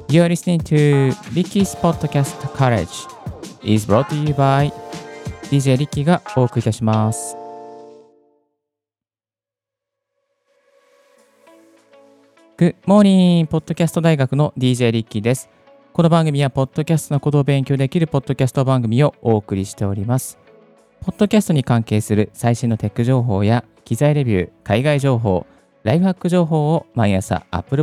You're listening to Ricky's Podcast College is brought to you by DJ リッキーがお送りいたします。Good morning! ポッドキャスト大学の DJ リッキーです。この番組はポッドキャストのことを勉強できるポッドキャスト番組をお送りしております。ポッドキャストに関係する最新のテック情報や機材レビュー、海外情報、ライフハック情報を毎朝 Apple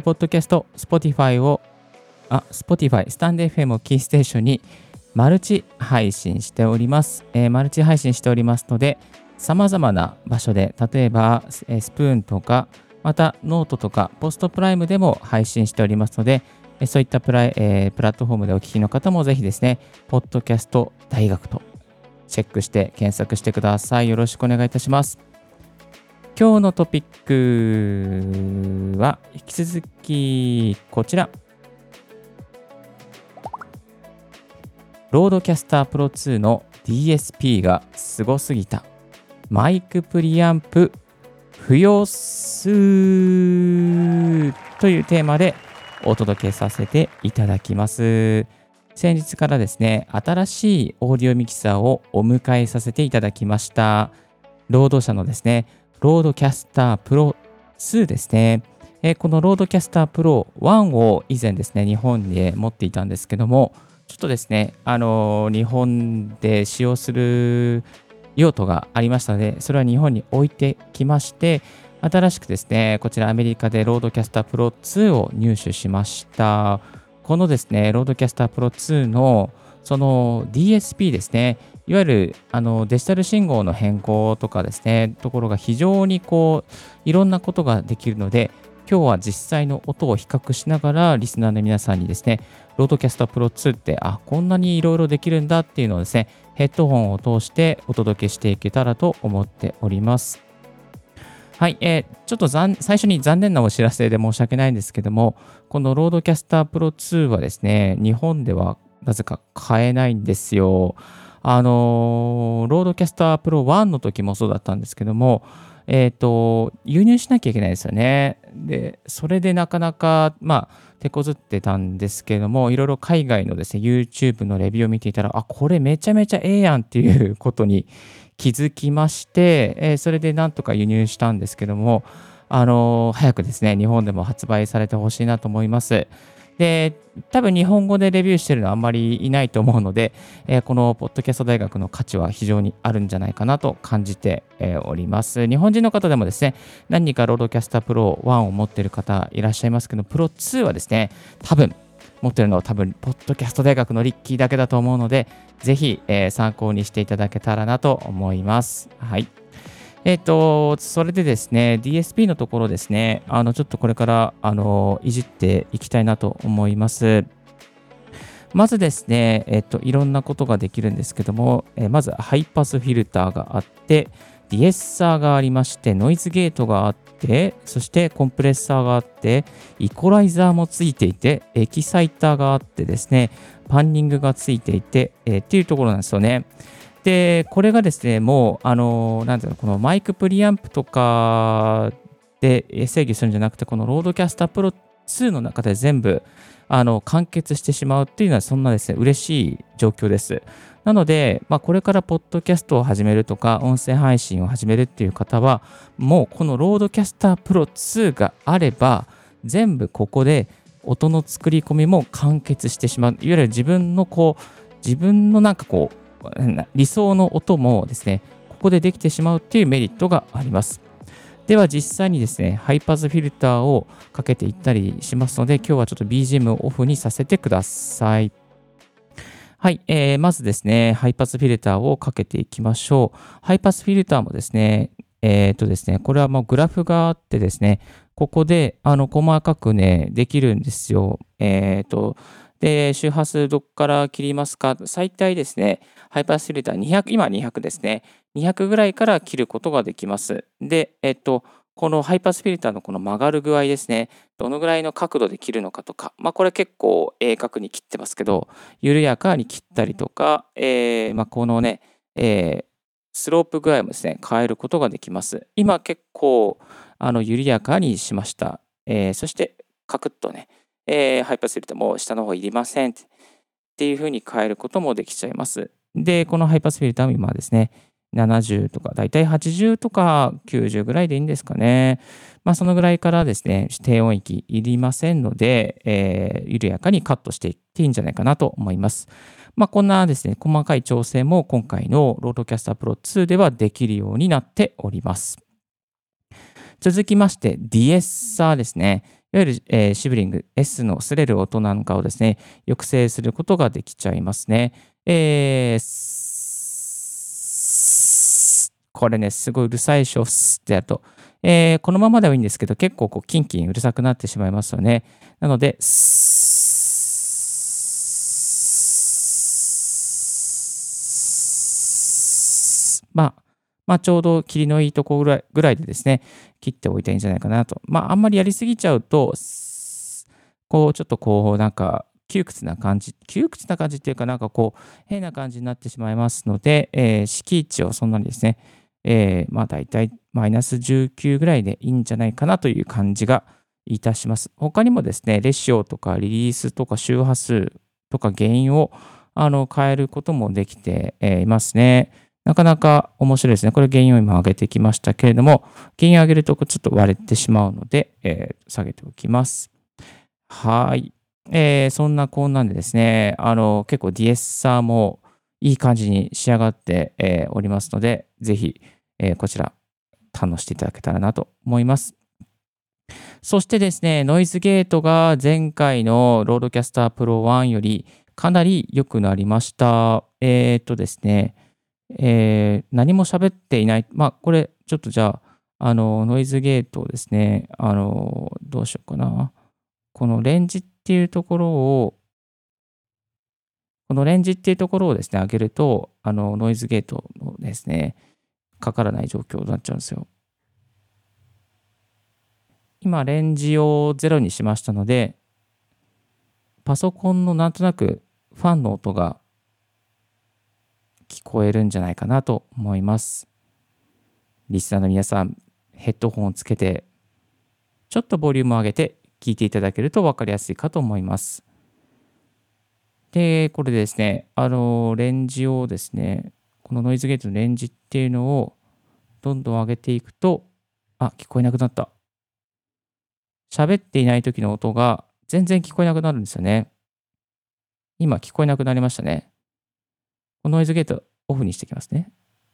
Podcast、Spotify、スタンド FM をキーステーションにマルチ配信しております。マルチ配信しておりますので、様々な場所で、例えばスプーンとか、またノートとかポストプライムでも配信しておりますので、そういったプラットフォームでお聞きの方もぜひですね、ポッドキャスト大学とチェックして検索してください。よろしくお願いいたします。今日のトピックは引き続きこちら。ロードキャスタープロ2の DSP がすごすぎた。マイクプリアンプ不要数というテーマでお届けさせていただきます。先日からですね、新しいオーディオミキサーをお迎えさせていただきました。ロード社のですね、ロードキャスタープロ2ですね。このロードキャスタープロ1を以前ですね、日本で持っていたんですけども、ちょっとですね、日本で使用する用途がありましたので、それは日本に置いてきまして、新しくですね、こちらアメリカでロードキャスタープロ2を入手しました。このですね、ロードキャスタープロ2のその DSP ですね、いわゆるデジタル信号の変更とかですね、ところが非常にいろんなことができるので、今日は実際の音を比較しながらリスナーの皆さんにですね、ロードキャスタープロ2ってこんなにいろいろできるんだっていうのをですね、ヘッドホンを通してお届けしていけたらと思っております。はい、ちょっと最初に残念なお知らせで申し訳ないんですけども、このロードキャスタープロ2はですね、日本ではなぜか買えないんですよ。ロードキャスタープロ1の時もそうだったんですけども、輸入しなきゃいけないですよね。で、それでなかなか、手こずってたんですけども、いろいろ海外のですね、YouTube のレビューを見ていたら、これめちゃめちゃええやんっていうことに気づきまして、それでなんとか輸入したんですけども、早くですね、日本でも発売されてほしいなと思います。で、多分日本語でレビューしてるのはあんまりいないと思うので、このポッドキャスト大学の価値は非常にあるんじゃないかなと感じております。日本人の方でもですね、何人かロードキャスタープロ1を持っている方いらっしゃいますけど、プロ2はですね、持ってるのはポッドキャスト大学のリッキーだけだと思うので、ぜひ、参考にしていただけたらなと思います。はい。それでですね、DSP のところですね、ちょっとこれから、いじっていきたいなと思います。まずですね、いろんなことができるんですけども、まずハイパスフィルターがあって、ディエッサーがありまして、ノイズゲートがあって、そしてコンプレッサーがあって、イコライザーもついていて、エキサイターがあってですね、パンニングがついていて、っていうところなんですよね。で、これがですね、もう、なんていうの、このマイクプリアンプとかで制御するんじゃなくて、このロードキャスタープロ2の中で全部、完結してしまうっていうのは、そんなですね、嬉しい状況です。なので、これからポッドキャストを始めるとか、音声配信を始めるっていう方は、もうこのロードキャスタープロ2があれば、全部ここで音の作り込みも完結してしまう。いわゆる自分の理想の音もですね、ここでできてしまうっていうメリットがあります。では実際にですね、ハイパスフィルターをかけていったりしますので、今日はちょっと BGM をオフにさせてください。はい、まずですね、ハイパスフィルターをかけていきましょう。ハイパスフィルターもですね、ですね、これはもうグラフがあってですね、ここで細かくね、できるんですよ。で、周波数どこから切りますか？最大ですね、ハイパースフィルター200、今200ですね。200ぐらいから切ることができます。で、このハイパスフィルターのこの曲がる具合ですね、どのぐらいの角度で切るのかとか、これ結構鋭角に切ってますけど、緩やかに切ったりとか、このね、スロープ具合もですね、変えることができます。今結構緩やかにしました。そしてカクッとね、 ハイパースフィルターも下の方いりませんっていう風に変えることもできちゃいます。で、このハイパスフィルターも今はですね、70とか、だいたい80とか90ぐらいでいいんですかね。そのぐらいからですね、低音域いりませんので、緩やかにカットしていっていいんじゃないかなと思います。こんなですね、細かい調整も今回のロードキャスタープロ2ではできるようになっております。続きまして、ディエッサーですね。いわゆる、シブリング S の擦れる音なんかをですね、抑制することができちゃいますね。これね、すごいうるさいでしょ、スってやると。このままではいいんですけど、結構こうキンキンうるさくなってしまいますよね。なので、ちょうど切りのいいとこぐらいでですね、切っておいたらいいんじゃないかなと。あんまりやりすぎちゃうと、こうちょっとこうなんか窮屈な感じっていうか、なんかこう変な感じになってしまいますので、敷地をそんなにですね、だいたいマイナス19ぐらいでいいんじゃないかなという感じがいたします。他にもですね、レシオとかリリースとか周波数とか原因を変えることもできて、いますね。なかなか面白いですね。これ原因を今上げてきましたけれども、原因を上げるとちょっと割れてしまうので、下げておきます。はい。そんなこんなんでですね、結構ディエッサーもいい感じに仕上がって、おりますので、ぜひ、こちら堪能していただけたらなと思います。そしてですね、ノイズゲートが前回のロードキャスタープロ1よりかなり良くなりました。ですね、何も喋っていない。これちょっとじゃあ、ノイズゲートをですね、どうしようかな。このレンジっていうところを、このレンジっていうところをですね、上げると、ノイズゲートのですね、かからない状況になっちゃうんですよ。今、レンジを0にしましたので、パソコンのなんとなくファンの音が聞こえるんじゃないかなと思います。リスナーの皆さん、ヘッドホンをつけて、ちょっとボリュームを上げて聞いていただけると分かりやすいかと思います。で、これでですね、レンジをですね、このノイズゲートのレンジっていうのをどんどん上げていくと、聞こえなくなった。喋っていない時の音が全然聞こえなくなるんですよね。今聞こえなくなりましたね。このノイズゲートオフにしていきますね。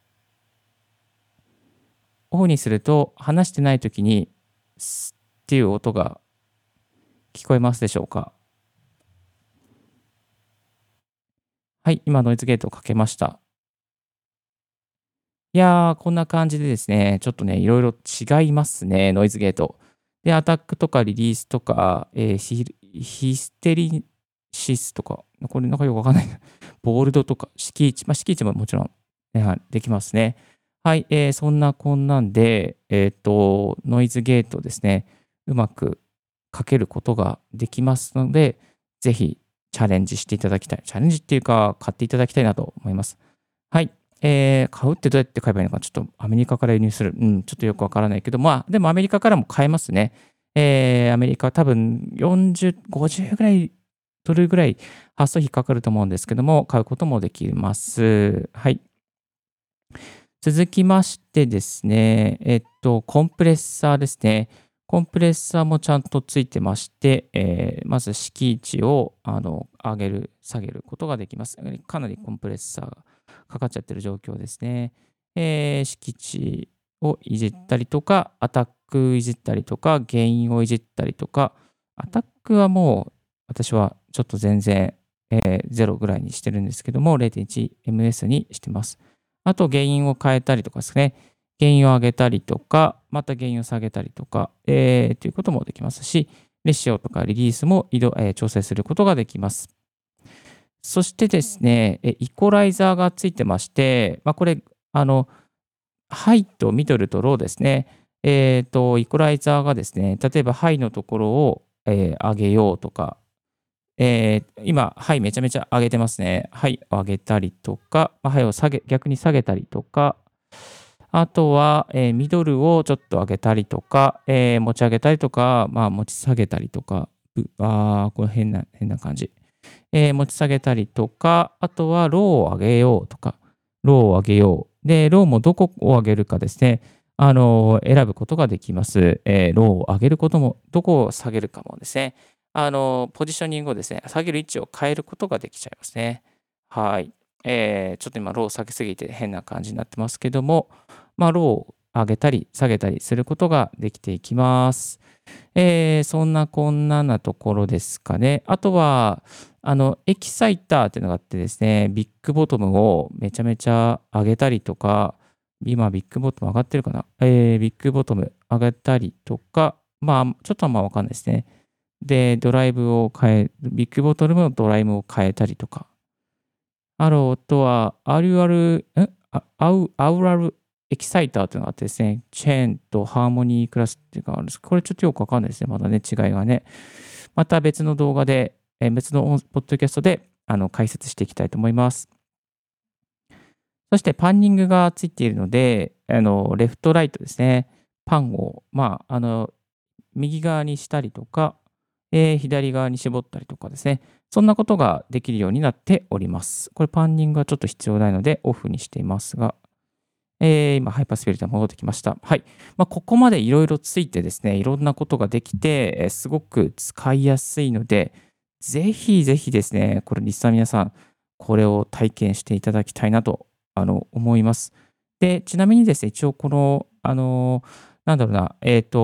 オフにすると話してない時にスッっていう音が聞こえますでしょうか？はい、今ノイズゲートをかけました。いやー、こんな感じでですね、ちょっとね、いろいろ違いますね、ノイズゲート。で、アタックとかリリースとか、ヒステリシスとか、これなんかよくわかんないな。ボールドとか、敷地ももちろん、はい、できますね。はい、そんなこんなんで、ノイズゲートですね、うまくかけることができますので、ぜひチャレンジしていただきたい。チャレンジっていうか、買っていただきたいなと思います。はい。買うってどうやって買えばいいのか、ちょっとアメリカから輸入する。ちょっとよくわからないけど、でもアメリカからも買えますね。アメリカ多分40、50ぐらい、ドルぐらい発送費かかると思うんですけども、買うこともできます。はい。続きましてですね、コンプレッサーですね。コンプレッサーもちゃんとついてまして、まず敷地を上げる、下げることができます。かなりコンプレッサーがかかっちゃってる状況ですね。敷地をいじったりとか、アタックいじったりとか、原因をいじったりとか、アタックはもう私はちょっと全然、0ぐらいにしてるんですけども、0.1ms にしてます。あと原因を変えたりとかですね。原因を上げたりとか、また原因を下げたりとか、ということもできますし、レシオとかリリースも調整することができます。そしてですね、イコライザーがついてまして、これ、ハイとミドルとローですね。イコライザーがですね、例えばハイのところを、上げようとか、今、はい、めちゃめちゃ上げてますね。はい、上げたりとか、はいを逆に下げたりとか、あとは、ミドルをちょっと上げたりとか、持ち上げたりとか、持ち下げたりとか、 これ変な感じ。持ち下げたりとか、あとはローを上げようとか、ローを上げよう。で、ローもどこを上げるかですね、選ぶことができます。ローを上げることも、どこを下げるかもですね、ポジショニングをですね、下げる位置を変えることができちゃいますね。はい。ちょっと今、ローを下げすぎて変な感じになってますけども、ローを上げたり下げたりすることができていきます。そんなこんななところですかね。あとは、エキサイターっていうのがあってですね、ビッグボトムをめちゃめちゃ上げたりとか、今ビッグボトム上がってるかな、ビッグボトム上げたりとか、ちょっとわかんないですね。で、ドライブをビッグボトムのドライブを変えたりとか、あとは、アルアル、んあアウラルエキサイターというのがあってですね、チェーンとハーモニークラスっていうのがあるんです。これちょっとよくわかんないですね。まだね、違いがね。また別の動画で、別のポッドキャストで解説していきたいと思います。そしてパンニングがついているので、レフトライトですね。パンを、右側にしたりとか、左側に絞ったりとかですね。そんなことができるようになっております。これパンニングはちょっと必要ないのでオフにしていますが、今ハイパースピリットが戻ってきました。はい。ここまでいろいろついてですね、いろんなことができて、すごく使いやすいので、ぜひぜひですね、これリスナーの皆さん、これを体験していただきたいなと、思います。で、ちなみにですね、一応この、なんだろうな、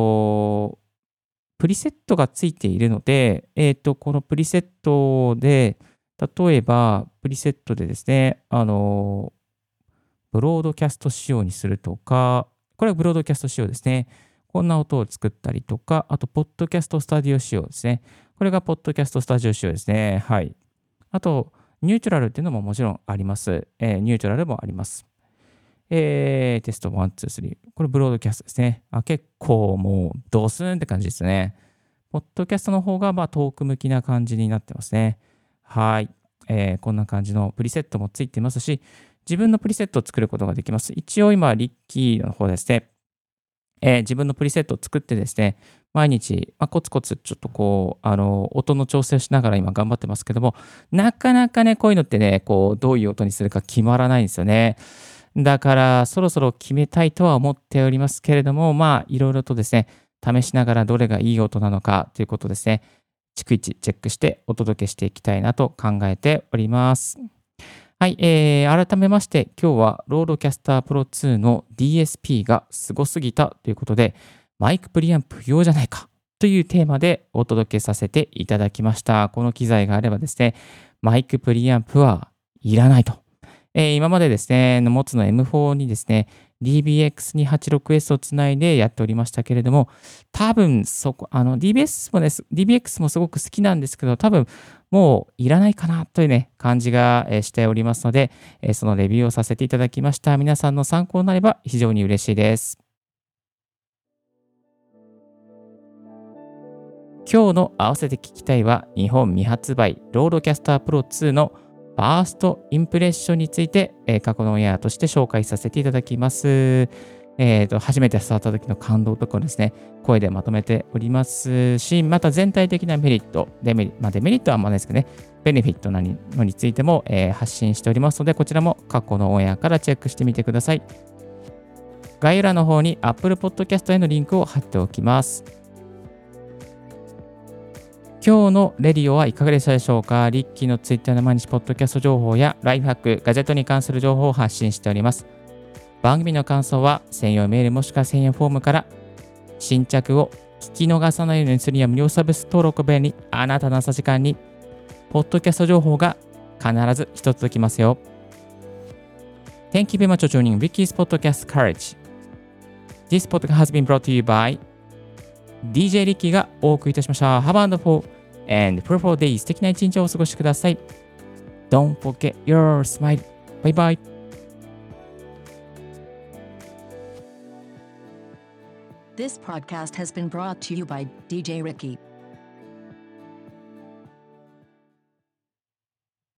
プリセットがついているので、このプリセットで、例えば、プリセットでですね、ブロードキャスト仕様にするとか、これはブロードキャスト仕様ですね。こんな音を作ったりとか、あと、ポッドキャストスタジオ仕様ですね。これがポッドキャストスタジオ仕様ですね。はい。あと、ニュートラルっていうのももちろんあります。ニュートラルもあります。テスト1、2、3。これブロードキャストですね。結構もうドスンって感じですね。ポッドキャストの方が遠く向きな感じになってますね。はい。こんな感じのプリセットもついてますし、自分のプリセットを作ることができます。一応今、リッキーの方ですね、自分のプリセットを作ってですね、毎日、コツコツちょっと音の調整をしながら今頑張ってますけども、なかなかね、こういうのってね、どういう音にするか決まらないんですよね。だから、そろそろ決めたいとは思っておりますけれども、いろいろとですね、試しながらどれがいい音なのかということですね、逐一チェックしてお届けしていきたいなと考えております。はい、改めまして、今日はロードキャスタープロ2の DSP がすごすぎたということで、マイクプリアンプ不要じゃないかというテーマでお届けさせていただきました。この機材があればですね、マイクプリアンプはいらないと。今までですね、持つの M4 にですね、DBX286S をつないでやっておりましたけれども、多分DBX もすごく好きなんですけど、多分もういらないかなというね、感じがしておりますので、そのレビューをさせていただきました。皆さんの参考になれば非常に嬉しいです。今日の合わせて聞きたいは、日本未発売ロードキャスタープロ2のファーストインプレッションについて、過去のオンエアとして紹介させていただきます。初めて触った時の感動とかですね、声でまとめておりますし、また全体的なメリット、デメリットはあんまないですけどね、ベネフィットなのについても、発信しておりますので、こちらも過去のオンエアからチェックしてみてください。概要欄の方に Apple Podcast へのリンクを貼っておきます。今日のレディオはいかがでしたでしょうか。リッキーのツイッターの毎日ポッドキャスト情報やライフハック、ガジェットに関する情報を発信しております。番組の感想は専用メールもしくは専用フォームから、新着を聞き逃さないようにするには無料サービス登録便にあなたの朝時間にポッドキャスト情報が必ず一つ届きますよ。Thank you very much for joining Ricky's Podcast Courage. This podcast has been brought to you by DJ リッキーがお送りいたしました。Have a wonderful and fruitful day. 素敵な一日をお過ごしください。Don't forget your smile. Bye bye. This podcast has been brought to you by DJ Ricky.